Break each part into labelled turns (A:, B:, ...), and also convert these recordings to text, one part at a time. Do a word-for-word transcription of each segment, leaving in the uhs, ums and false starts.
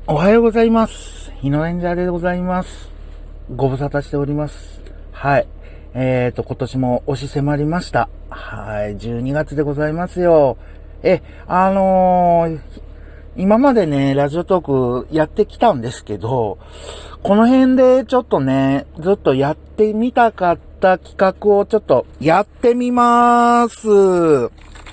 A: おはようございます。日野レンジャーでございます。ご無沙汰しております。はい。えーと、今年も押し迫りました。はい。じゅうにがつでございますよ。え、あのー、今までね、ラジオトークやってきたんですけど、この辺でちょっとね、ずっとやってみたかった企画をちょっとやってみまーす。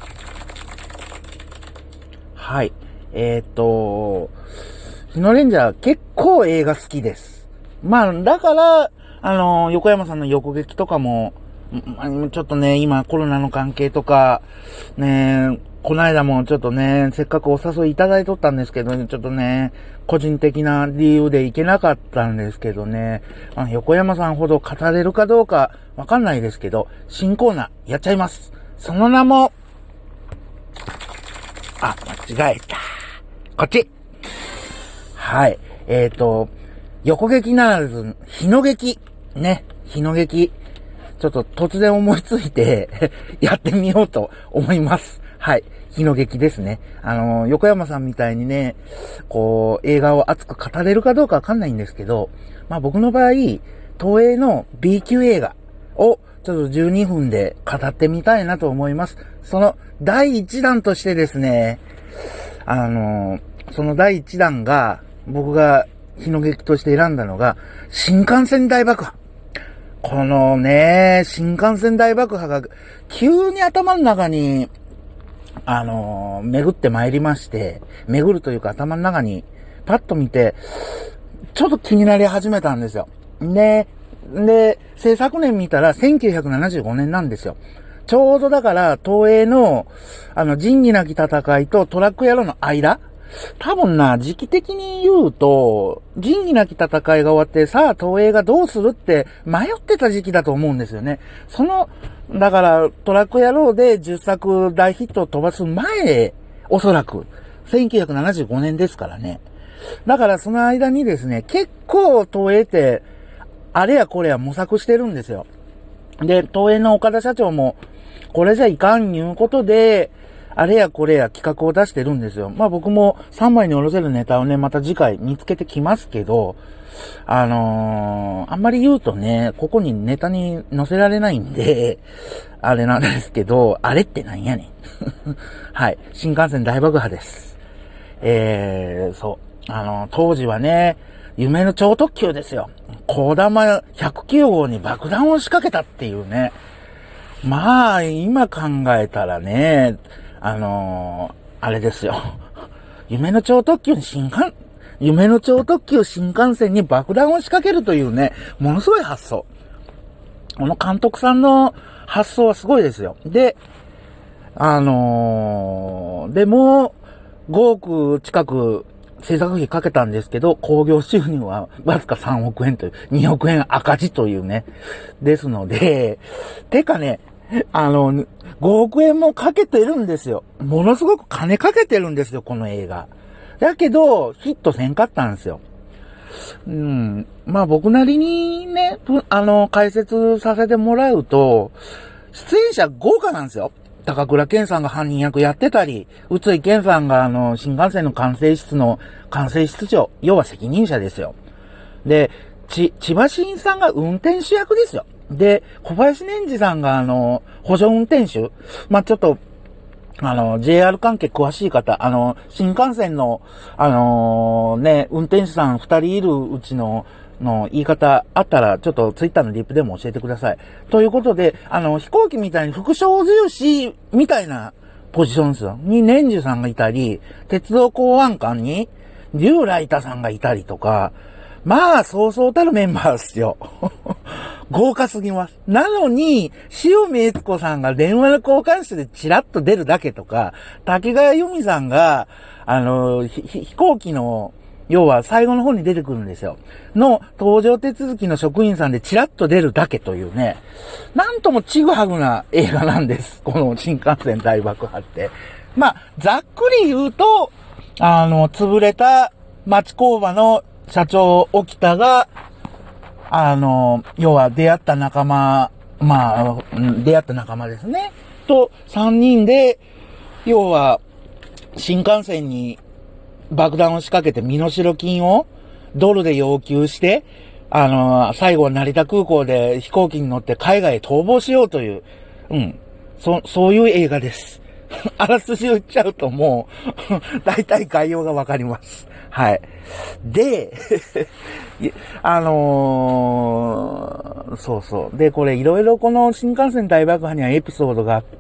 A: はい。えーと、日野レンジャー結構映画好きです。まあ、だから、あの、横山さんの横劇とかも、ちょっとね、今コロナの関係とか、ね、この間もちょっとね、せっかくお誘いいただいとったんですけど、ちょっとね、個人的な理由で行けなかったんですけどね、あの横山さんほど語れるかどうかわかんないですけど、新コーナーやっちゃいます。その名も、あ、間違えた。こっち。はい。えっと、横劇ならず、日野劇。ね。日野劇。ちょっと突然思いついて、やってみようと思います。はい。日野劇ですね。あの、横山さんみたいにね、こう、映画を熱く語れるかどうかわかんないんですけど、まあ僕の場合、東映の ビー 級映画をちょっとじゅうにふんで語ってみたいなと思います。その第一弾としてですね、あの、その第一弾が、僕が日野劇として選んだのが、新幹線大爆破。このね、新幹線大爆破が、急に頭の中に、あのー、巡ってまいりまして、巡るというか頭の中に、パッと見て、ちょっと気になり始めたんですよ。で、で、制作年見たらせんきゅうひゃくななじゅうごねんなんですよ。ちょうどだから、東映の、あの、仁義なき戦いとトラック野郎の間、多分な、時期的に言うと、仁義なき戦いが終わって、さあ東映がどうするって迷ってた時期だと思うんですよね。その、だからトラック野郎でじゅっさく大ヒットを飛ばす前、おそらく、せんきゅうひゃくななじゅうごねんですからね。だからその間にですね、結構東映って、あれやこれや模索してるんですよ。で、東映の岡田社長も、これじゃいかんいうことで、あれやこれや企画を出してるんですよ。まあ僕もさんまいにおろせるネタをね、また次回見つけてきますけど、あのー、あんまり言うとね、ここにネタに載せられないんで、あれなんですけど、あれってなんやねん。はい。新幹線大爆破です。えー、そう。あのー、当時はね、夢の超特急ですよ。小玉ひゃくきゅうごうに爆弾を仕掛けたっていうね。まあ、今考えたらね、あのー、あれですよ。夢の超特急に新幹、夢の超特急新幹線に爆弾を仕掛けるというね、ものすごい発想。この監督さんの発想はすごいですよ。で、あのー、でも、ごおく近く制作費かけたんですけど、興行収入はわずかさんおくえんという、におくえん赤字というね。ですので、てかね、あの、ごおくえんもかけてるんですよ。ものすごく金かけてるんですよ、この映画。だけど、ヒットせんかったんですよ。うん。まあ僕なりにね、あの、解説させてもらうと、出演者豪華なんですよ。高倉健さんが犯人役やってたり、宇津井健さんがあの、新幹線の管制室の管制室長、要は責任者ですよ。で、ち、千葉真さんが運転手役ですよ。で、小林年次さんがあの、補助運転手。まあ、ちょっと、あの、ジェイアール 関係詳しい方、あの、新幹線の、あのー、ね、運転手さん二人いるうちの、の言い方あったら、ちょっとツイッターのリップでも教えてください。ということで、あの、飛行機みたいに副操縦士みたいなポジションですよ。に年次さんがいたり、鉄道公安官に、竜ライタさんがいたりとか、まあ、そうそうたるメンバーですよ。豪華すぎます。なのに、塩見悦子さんが電話の交換手でチラッと出るだけとか、滝川由美さんが、あの、飛行機の、要は最後の方に出てくるんですよ。の搭乗手続きの職員さんでチラッと出るだけというね、なんともちぐはぐな映画なんです。この新幹線大爆破って。まあ、ざっくり言うと、あの、潰れた町工場の社長沖田が、あの、要は出会った仲間、まあ、出会った仲間ですね。と、三人で、要は、新幹線に爆弾を仕掛けて身代金をドルで要求して、あのー、最後は成田空港で飛行機に乗って海外へ逃亡しようという、うん、そ、そういう映画です。あらすじを言っちゃうともう、大体概要がわかります。はい。で、あのー、そうそう。で、これいろいろこの新幹線大爆破にはエピソードがあって、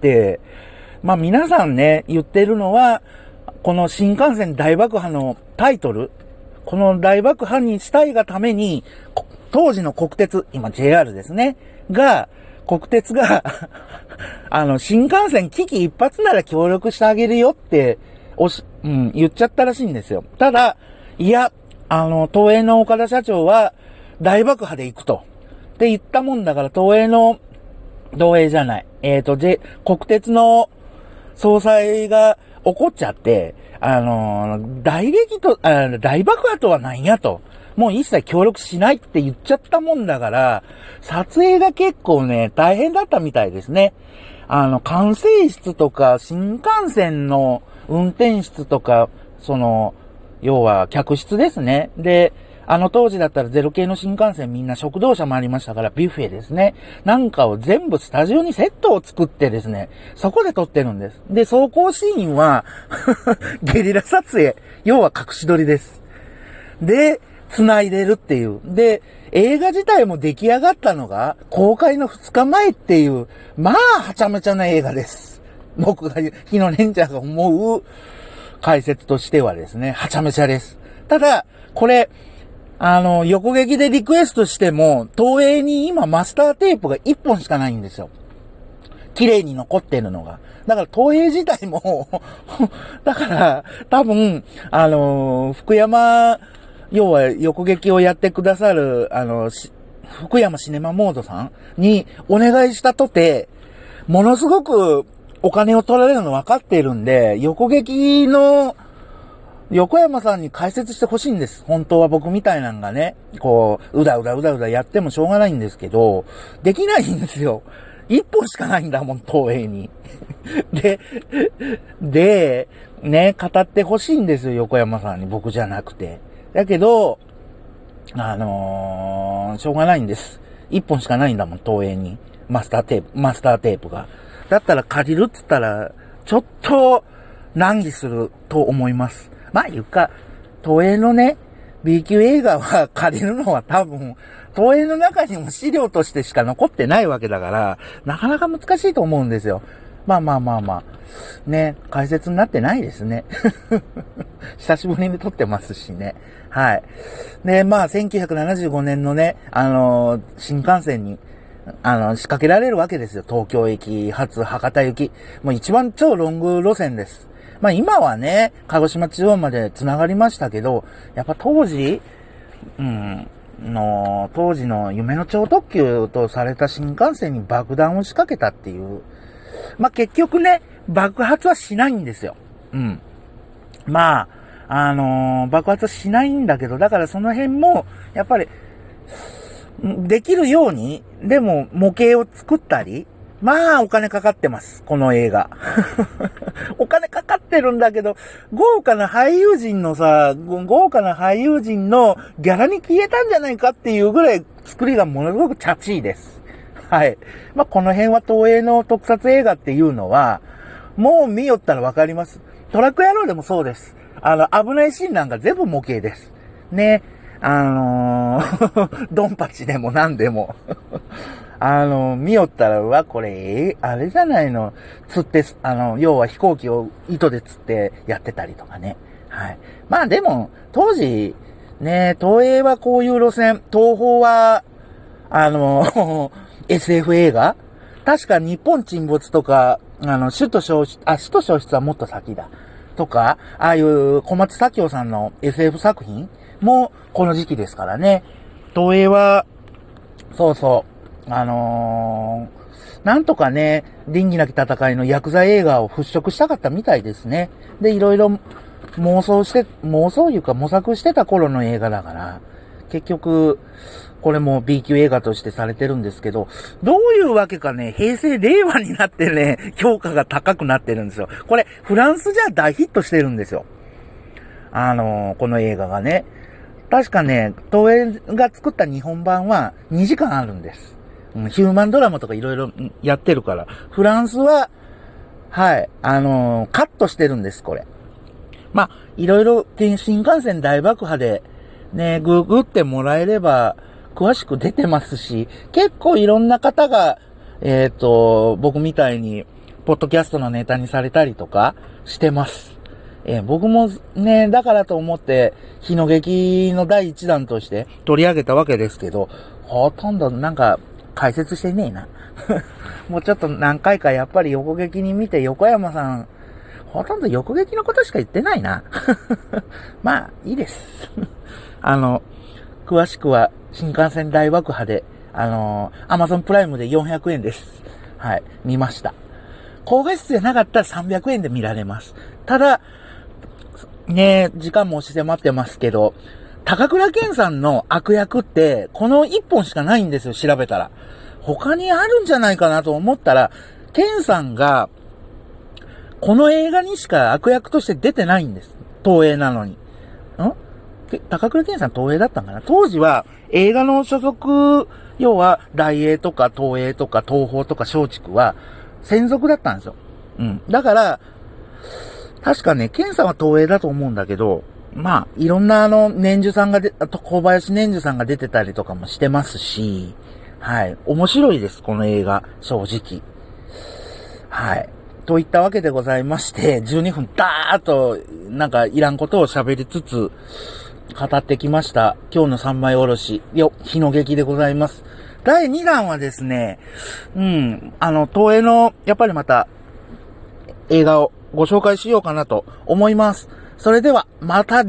A: まあ皆さんね、言ってるのは、この新幹線大爆破のタイトル、この大爆破にしたいがために、当時の国鉄、今 ジェイアール ですね、が、国鉄が、あの、新幹線危機一発なら協力してあげるよって、おし、うん、言っちゃったらしいんですよ。ただ、いや、あの、東映の岡田社長は、大爆破で行くと。って言ったもんだから、東映の、東映じゃない。えっと、J、国鉄の総裁が怒っちゃって、あの、大撃と、あ大爆破とは何やと。もう一切協力しないって言っちゃったもんだから、撮影が結構ね、大変だったみたいですね。あの、管制室とか、新幹線の運転室とか、その、要は客室ですね。で、あの当時だったらゼロ系の新幹線みんな食堂車もありましたからビュッフェですね。なんかを全部スタジオにセットを作ってですね、そこで撮ってるんです。で、走行シーンは、ゲリラ撮影。要は隠し撮りです。で、繋いでるっていう。で、映画自体も出来上がったのが公開のふつかまえっていう、まあ、はちゃめちゃな映画です。僕が、日野レンジャーが思う解説としてはですね、はちゃめちゃです。ただ、これ、あの、横劇でリクエストしても、東映に今マスターテープがいっぽんしかないんですよ。綺麗に残ってるのが。だから東映自体も、だから、多分、あの、福山、要は横劇をやってくださる、あの、福山シネマモードさんにお願いしたとて、ものすごくお金を取られるの分かっているんで、横劇の、横山さんに解説してほしいんです。本当は僕みたいなのがね、こう、うだうだうだうだやってもしょうがないんですけど、できないんですよ。一本しかないんだもん、東映に。で、で、ね、語ってほしいんですよ、横山さんに、僕じゃなくて。だけど、あのー、しょうがないんです。一本しかないんだもん、東映に。マスターテープ、マスターテープが。だったら借りるっつったら、ちょっと難儀すると思います。まあいうか、東映のね、B 級映画は借りるのは多分、東映の中にも資料としてしか残ってないわけだから、なかなか難しいと思うんですよ。まあまあまあまあ。ね、解説になってないですね。久しぶりに撮ってますしね。はい。で、まあ、せんきゅうひゃくななじゅうごねんのね、あのー、新幹線に、あの、仕掛けられるわけですよ。東京駅発博多行き。もう一番超ロング路線です。まあ今はね、鹿児島中央まで繋がりましたけど、やっぱ当時、うん、の、当時の夢の超特急とされた新幹線に爆弾を仕掛けたっていう。まあ結局ね、爆発はしないんですよ。うん。まあ、あのー、爆発はしないんだけど、だからその辺も、やっぱり、できるように、でも模型を作ったり、まあお金かかってます、この映画。お金かかってるんだけど、豪華な俳優陣のさ、豪華な俳優陣のギャラに消えたんじゃないかっていうぐらい作りがものすごくチャチいです。はい。まあこの辺は東映の特撮映画っていうのは、もう見よったらわかります。トラック野郎でもそうです。あの、危ないシーンなんか全部模型です。ね。あのー、ドンパチでも何でも。あの、見よったら、うわ、これ、えー、あれじゃないの。釣って、あの、要は飛行機を糸で釣ってやってたりとかね。はい。まあでも、当時、ね、東映はこういう路線、東宝は、あの、エスエフ 映画確か日本沈没とか、あの、首都消失、あ、首都消失はもっと先だ。とか、ああいう小松左京さんの エスエフ 作品もこの時期ですからね。東映は、そうそう、あのー、なんとかね、仁義なき戦いのヤクザ映画を払拭したかったみたいですね。で、いろいろ妄想して、妄想いうか模索してた頃の映画だから、結局、これも B 級映画としてされてるんですけど、どういうわけかね、平成令和になってね、評価が高くなってるんですよ。これ、フランスじゃ大ヒットしてるんですよ。 あのー、この映画がね。確かね、東映が作った日本版はにじかんあるんです。うん、ヒューマンドラマとかいろいろやってるから。フランスは、はい、あのー、カットしてるんです、これ。まあ、いろいろ新幹線大爆破で、ね、ググってもらえれば、詳しく出てますし、結構いろんな方が、えっと、僕みたいに、ポッドキャストのネタにされたりとかしてます。えー、僕もね、だからと思って、日の劇の第一弾として取り上げたわけですけど、ほとんどなんか解説してねえな。もうちょっと何回かやっぱり横劇に見て横山さん、ほとんど横劇のことしか言ってないな。まあ、いいです。あの、詳しくは新幹線大爆破で、あのー、Amazon プライムでよんひゃくえんです。はい、見ました。高画質じゃなかったらさんびゃくえんで見られます。ただ、ねえ、時間も押し迫ってますけど、高倉健さんの悪役って、この一本しかないんですよ、調べたら。他にあるんじゃないかなと思ったら、健さんが、この映画にしか悪役として出てないんです。東映なのに。ん高倉健さん東映だったんかな。当時は映画の所属、要は大映とか東映とか東宝とか松竹は専属だったんですよ。うん。だから、確かね、健さんは東映だと思うんだけど、まあ、いろんなあの、年寿さんがで、あと小林年寿さんが出てたりとかもしてますし、はい。面白いです、この映画、正直。はい。といったわけでございまして、じゅうにふんダーっと、なんかいらんことを喋りつつ、語ってきました。今日の三枚おろし、よ、日の劇でございます。だいにだんはですね、うん、あの、東映の、やっぱりまた、映画をご紹介しようかなと思います。それでは、また